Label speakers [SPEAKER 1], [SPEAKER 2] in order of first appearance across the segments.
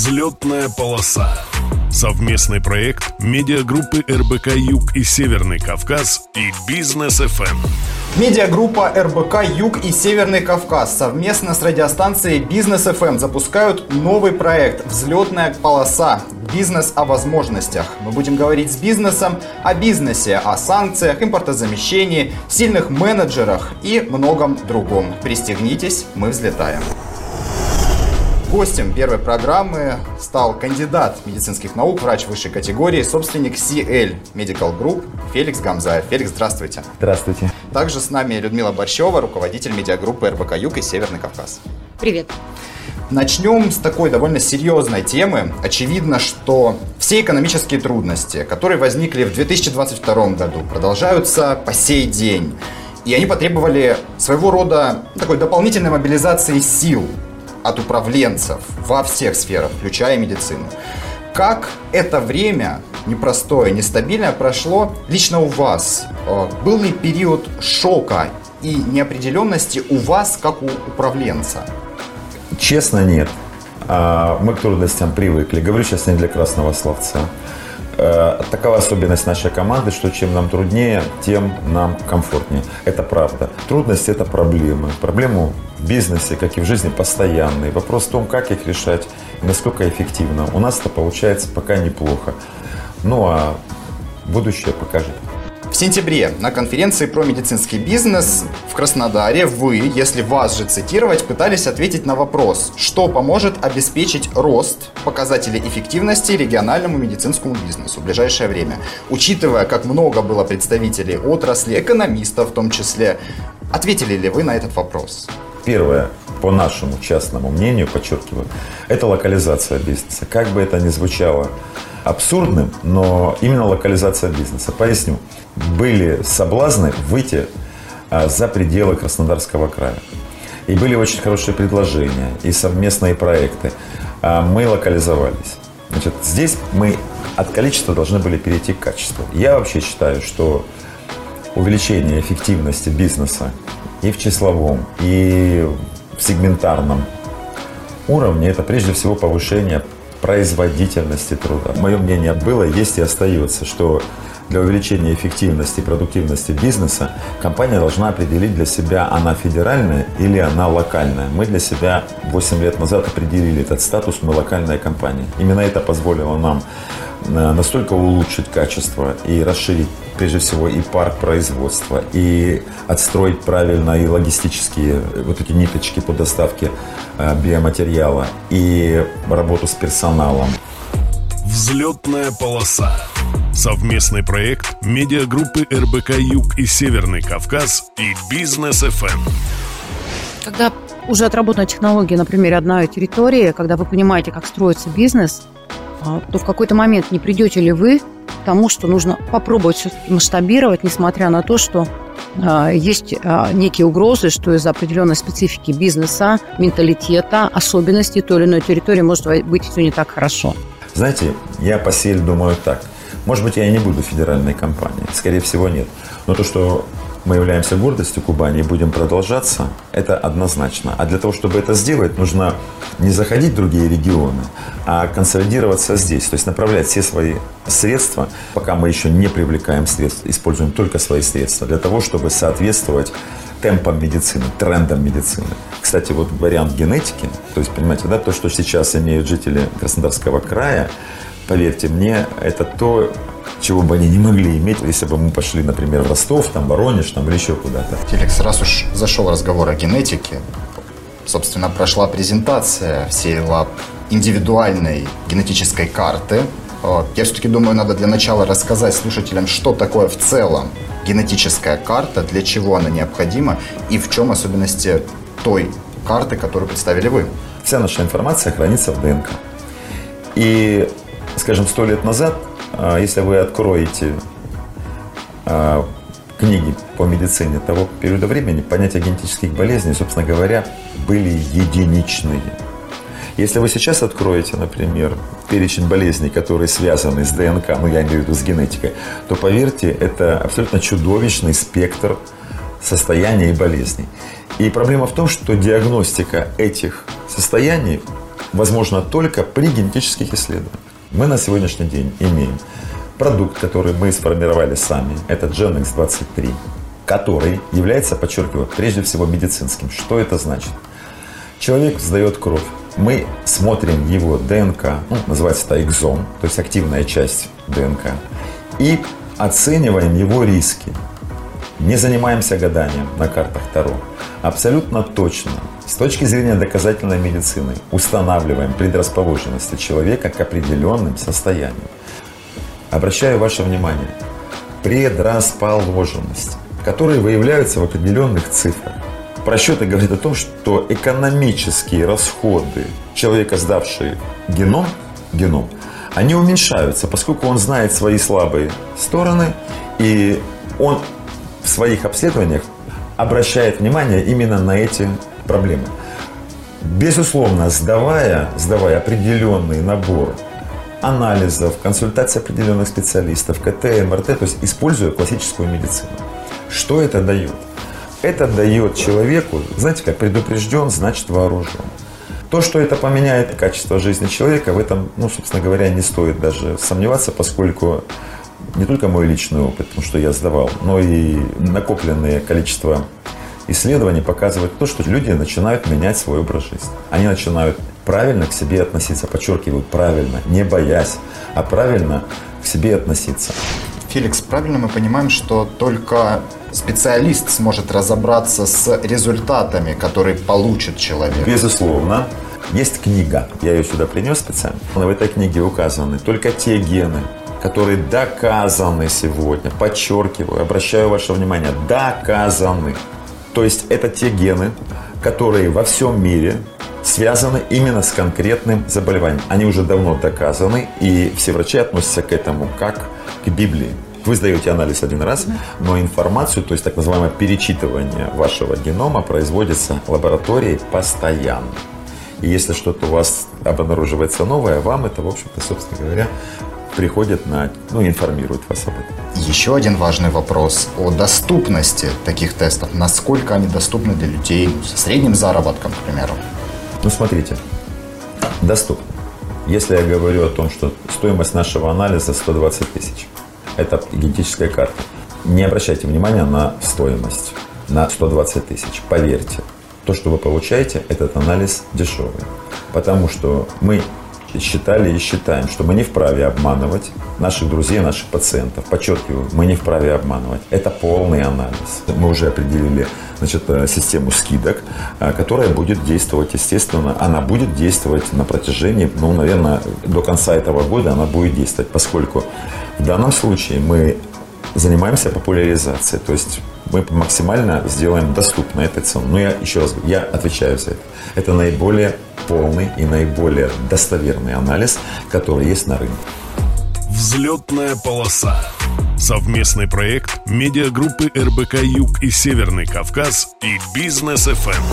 [SPEAKER 1] Взлетная полоса. Совместный проект медиагруппы РБК Юг и Северный Кавказ и Бизнес ФМ.
[SPEAKER 2] Медиагруппа РБК Юг и Северный Кавказ совместно с радиостанцией Бизнес ФМ запускают новый проект «Взлетная полоса. Бизнес о возможностях». Мы будем говорить с бизнесом о бизнесе, о санкциях, импортозамещении, сильных менеджерах и многом другом. Пристегнитесь, мы взлетаем. Гостем первой программы стал кандидат медицинских наук, врач высшей категории, собственник CL Medical Group Феликс Гамзаев. Феликс, здравствуйте.
[SPEAKER 3] Здравствуйте.
[SPEAKER 2] Также с нами Людмила Борщева, руководитель медиагруппы РБК Юг и Северный Кавказ.
[SPEAKER 4] Привет.
[SPEAKER 2] Начнем с такой довольно серьезной темы. Очевидно, что все экономические трудности, которые возникли в 2022 году, продолжаются по сей день. И они потребовали своего рода такой дополнительной мобилизации сил от управленцев во всех сферах, включая медицину. Как это время непростое, нестабильное прошло лично у вас? Был ли период шока и неопределенности у вас, как у управленца?
[SPEAKER 3] Честно, нет. Мы к трудностям привыкли. Говорю сейчас не для красного словца. Такова особенность нашей команды, что чем нам труднее, тем нам комфортнее. Это правда. Трудности – это проблемы. Проблемы в бизнесе, как и в жизни, постоянные. Вопрос в том, как их решать и насколько эффективно. У нас это получается пока неплохо. Ну а будущее покажет.
[SPEAKER 2] В сентябре на конференции про медицинский бизнес в Краснодаре вы, если вас же цитировать, пытались ответить на вопрос, что поможет обеспечить рост показателей эффективности региональному медицинскому бизнесу в ближайшее время. Учитывая, как много было представителей отрасли, экономистов в том числе, ответили ли вы на этот вопрос?
[SPEAKER 3] Первое, по нашему частному мнению, подчеркиваю, это локализация бизнеса. Как бы это ни звучало абсурдным, но именно локализация бизнеса. Поясню. Были соблазны выйти за пределы Краснодарского края. И были очень хорошие предложения и совместные проекты. Мы локализовались. Значит, здесь мы от количества должны были перейти к качеству. Я вообще считаю, что увеличение эффективности бизнеса и в числовом, и в сегментарном уровне – это прежде всего повышение производительности труда. Мое мнение было, есть и остается, что для увеличения эффективности и продуктивности бизнеса компания должна определить для себя, она федеральная или она локальная. Мы для себя 8 лет назад определили этот статус, мы локальная компания. Именно это позволило нам настолько улучшить качество и расширить, прежде всего, и парк производства, и отстроить правильно и логистические вот эти ниточки по доставке биоматериала, и работу с персоналом.
[SPEAKER 1] Взлетная полоса. Совместный проект медиагруппы РБК Юг и Северный Кавказ и Бизнес ФМ.
[SPEAKER 4] Когда уже отработана технология на примере одной территории, когда вы понимаете, как строится бизнес, то в какой-то момент не придете ли вы к тому, что нужно попробовать все-таки масштабировать, несмотря на то, что есть некие угрозы, что из-за определенной специфики бизнеса, менталитета, особенностей той или иной территории может быть все не так хорошо?
[SPEAKER 3] Знаете, я по себе думаю так. Может быть, я и не буду федеральной компанией. Скорее всего, нет. Но то, что мы являемся гордостью Кубани и будем продолжаться, это однозначно. А для того, чтобы это сделать, нужно не заходить в другие регионы, а консолидироваться здесь. То есть направлять все свои средства, пока мы еще не привлекаем средств, используем только свои средства, для того, чтобы соответствовать темпам медицины, трендам медицины. Кстати, вот вариант генетики, то есть, понимаете, да, то, что сейчас имеют жители Краснодарского края, поверьте мне, это то, чего бы они не могли иметь, если бы мы пошли, например, в Ростов, там, Воронеж, там, или еще куда-то.
[SPEAKER 2] Феликс, раз уж зашел разговор о генетике, собственно, прошла презентация всей индивидуальной генетической карты. Я все-таки думаю, надо для начала рассказать слушателям, что такое в целом генетическая карта, для чего она необходима и в чем особенности той карты, которую представили вы.
[SPEAKER 3] Вся наша информация хранится в ДНК. И, скажем, 100 лет назад, если вы откроете книги по медицине того периода времени, понятия генетических болезней, собственно говоря, были единичные. Если вы сейчас откроете, например, перечень болезней, которые связаны с ДНК, я имею в виду с генетикой, то, поверьте, это абсолютно чудовищный спектр состояний и болезней. И проблема в том, что диагностика этих состояний возможно только при генетических исследованиях. Мы на сегодняшний день имеем продукт, который мы сформировали сами, это GenX23, который является, подчеркиваю, прежде всего медицинским. Что это значит? Человек сдает кровь, мы смотрим его ДНК, называется это экзом, то есть активная часть ДНК, и оцениваем его риски. Не занимаемся гаданием на картах Таро. Абсолютно точно, с точки зрения доказательной медицины, устанавливаем предрасположенности человека к определенным состояниям. Обращаю ваше внимание, предрасположенности, которые выявляются в определенных цифрах. Просчеты говорят о том, что экономические расходы человека, сдавший геном, они уменьшаются, поскольку он знает свои слабые стороны, и он в своих обследованиях обращает внимание именно на эти проблемы. Безусловно, сдавая определенный набор анализов, консультаций определенных специалистов, КТ, МРТ, то есть используя классическую медицину. Что это дает? Это дает человеку, знаете, как предупрежден, значит вооружен. То, что это поменяет качество жизни человека, в этом, собственно говоря, не стоит даже сомневаться, поскольку не только мой личный опыт, потому что я сдавал, но и накопленное количество исследований показывает то, что люди начинают менять свой образ жизни. Они начинают правильно к себе относиться, подчеркиваю, правильно, не боясь, а правильно к себе относиться.
[SPEAKER 2] Феликс, правильно мы понимаем, что только специалист сможет разобраться с результатами, которые получит человек?
[SPEAKER 3] Безусловно. Есть книга, я ее сюда принес специально. В этой книге указаны только те гены, которые доказаны сегодня. Подчеркиваю, обращаю ваше внимание, доказаны. То есть это те гены, которые во всем мире связаны именно с конкретным заболеванием. Они уже давно доказаны, и все врачи относятся к этому как к Библии. Вы сдаете анализ один раз, но информацию, то есть так называемое перечитывание вашего генома, производится лабораторией постоянно. И если что-то у вас обнаруживается новое, вам это, в общем-то, собственно говоря, приходит информирует вас об этом.
[SPEAKER 2] Еще один важный вопрос о доступности таких тестов. Насколько они доступны для людей со средним заработком, к примеру?
[SPEAKER 3] Смотрите, доступно. Если я говорю о том, что стоимость нашего анализа 120 тысяч, это генетическая карта. Не обращайте внимания на стоимость, на 120 тысяч. Поверьте, то, что вы получаете, этот анализ дешевый. Потому что мы считали и считаем, что мы не вправе обманывать наших друзей, наших пациентов. Подчеркиваю, мы не вправе обманывать. Это полный анализ. Мы уже определили, систему скидок, которая будет действовать, естественно. Она будет действовать на протяжении, наверное, до конца этого года она будет действовать, поскольку в данном случае мы занимаемся популяризацией. То есть мы максимально сделаем доступно эту цену. Но я еще раз говорю, я отвечаю за это. Это наиболее полный и наиболее достоверный анализ, который есть на рынке.
[SPEAKER 1] Взлетная полоса. Совместный проект медиагруппы РБК Юг и Северный Кавказ и Бизнес ФМ.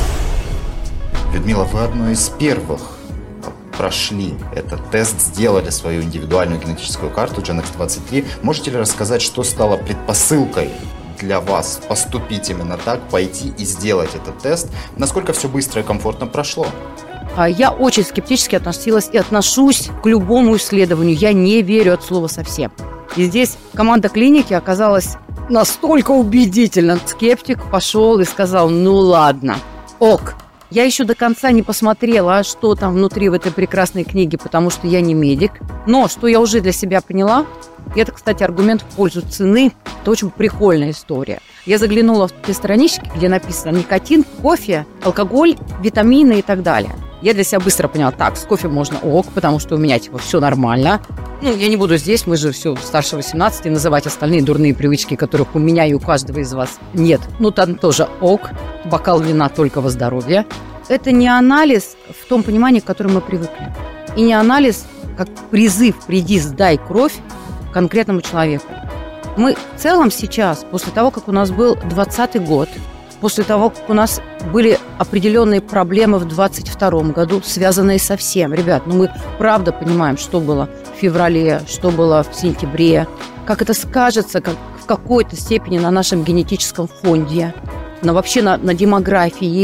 [SPEAKER 2] Людмила, вы одной из первых прошли этот тест, сделали свою индивидуальную генетическую карту GenX23. Можете ли рассказать, что стало предпосылкой для вас поступить именно так, пойти и сделать этот тест? Насколько все быстро и комфортно прошло?
[SPEAKER 4] Я очень скептически относилась и отношусь к любому исследованию. Я не верю от слова совсем. И здесь команда клиники оказалась настолько убедительна. Скептик пошел и сказал: ладно, ок. Я еще до конца не посмотрела, что там внутри в этой прекрасной книге, потому что я не медик. Но что я уже для себя поняла, и это, кстати, аргумент в пользу цены, это очень прикольная история. Я заглянула в те странички, где написано никотин, кофе, алкоголь, витамины и так далее. Я для себя быстро поняла, так, с кофе можно ок, потому что у меня все нормально. Я не буду здесь, мы же все старше 18, называть остальные дурные привычки, которых у меня и у каждого из вас нет. Там тоже ок, бокал вина только во здоровье. Это не анализ в том понимании, к которому мы привыкли. И не анализ как призыв «приди, сдай кровь» конкретному человеку. Мы в целом сейчас, после того, как у нас был 2020 год, после того, как у нас были определенные проблемы в 2022 году, связанные со всем. Ребят, мы правда понимаем, что было в феврале, что было в сентябре, как это скажется как в какой-то степени на нашем генетическом фонде, вообще на демографии.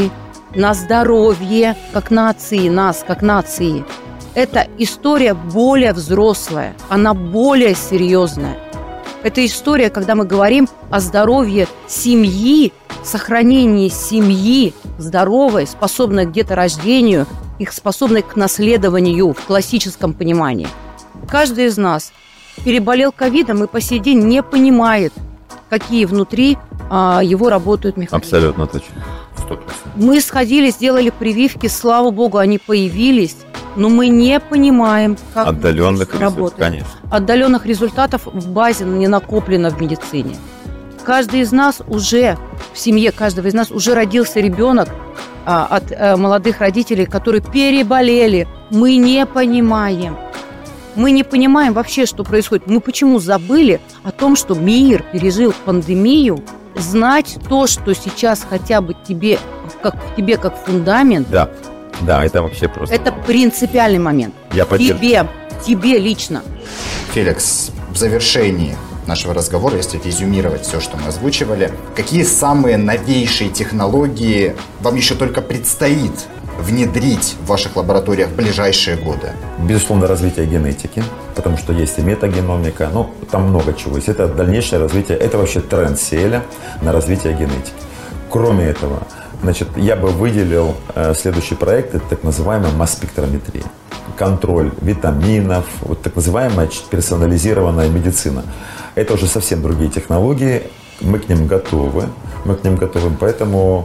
[SPEAKER 4] на здоровье как нации, нас как нации. Это история более взрослая, она более серьезная. Это история, когда мы говорим о здоровье семьи, сохранении семьи здоровой, способной к деторождению, их способной к наследованию в классическом понимании. Каждый из нас переболел ковидом и по сей день не понимает, какие внутри его работают механизмы.
[SPEAKER 3] Абсолютно точно. 100%.
[SPEAKER 4] Мы сходили, сделали прививки, слава богу, они появились, но мы не понимаем, как
[SPEAKER 3] отдаленных
[SPEAKER 4] работает.
[SPEAKER 3] Конечно.
[SPEAKER 4] Отдаленных результатов в базе не накоплено в медицине. Каждый из нас уже, в семье каждого из нас уже родился ребенок от молодых родителей, которые переболели. Мы не понимаем. Мы не понимаем вообще, что происходит. Мы почему забыли о том, что мир пережил пандемию, знать то, что сейчас хотя бы тебе как фундамент.
[SPEAKER 3] Да, это вообще просто...
[SPEAKER 4] Это принципиальный момент.
[SPEAKER 3] Я поддерживаю.
[SPEAKER 4] Тебе лично.
[SPEAKER 2] Феликс, в завершении нашего разговора, если резюмировать все, что мы озвучивали, какие самые новейшие технологии вам еще только предстоит внедрить в ваших лабораториях в ближайшие годы?
[SPEAKER 3] Безусловно, развитие генетики, потому что есть и метагеномика, там много чего есть. Это дальнейшее развитие, это вообще тренд Сиэля на развитие генетики. Кроме этого, я бы выделил следующий проект, это так называемая масс-спектрометрия. Контроль витаминов, так называемая персонализированная медицина. Это уже совсем другие технологии, мы к ним готовы, поэтому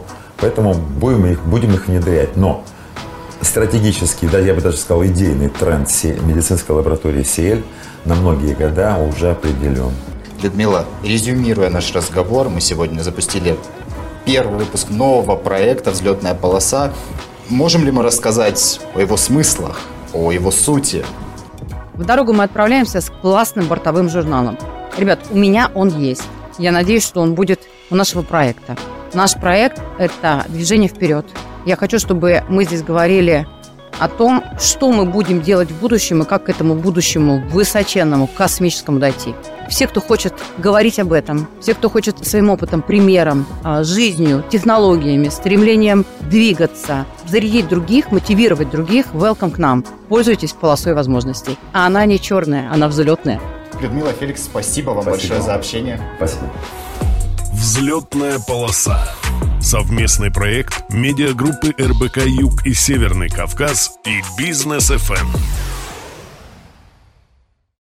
[SPEAKER 3] будем их внедрять. Но стратегический, я бы даже сказал, идейный тренд медицинской лаборатории Сиэль на многие года уже определен.
[SPEAKER 2] Людмила, резюмируя наш разговор, мы сегодня запустили первый выпуск нового проекта «Взлетная полоса». Можем ли мы рассказать о его смыслах, о его сути?
[SPEAKER 4] В дорогу мы отправляемся с классным бортовым журналом. Ребят, у меня он есть. Я надеюсь, что он будет у нашего проекта. Наш проект – это движение вперед. Я хочу, чтобы мы здесь говорили о том, что мы будем делать в будущем и как к этому будущему высоченному, космическому дойти. Все, кто хочет говорить об этом, все, кто хочет своим опытом, примером, жизнью, технологиями, стремлением двигаться, зарядить других, мотивировать других, welcome к нам. Пользуйтесь полосой возможностей. А она не черная, она взлетная.
[SPEAKER 2] Людмила, Феликс, спасибо вам большое за общение.
[SPEAKER 3] Спасибо.
[SPEAKER 1] «Взлетная полоса». Совместный проект медиагруппы РБК Юг и Северный Кавказ и Бизнес ФМ.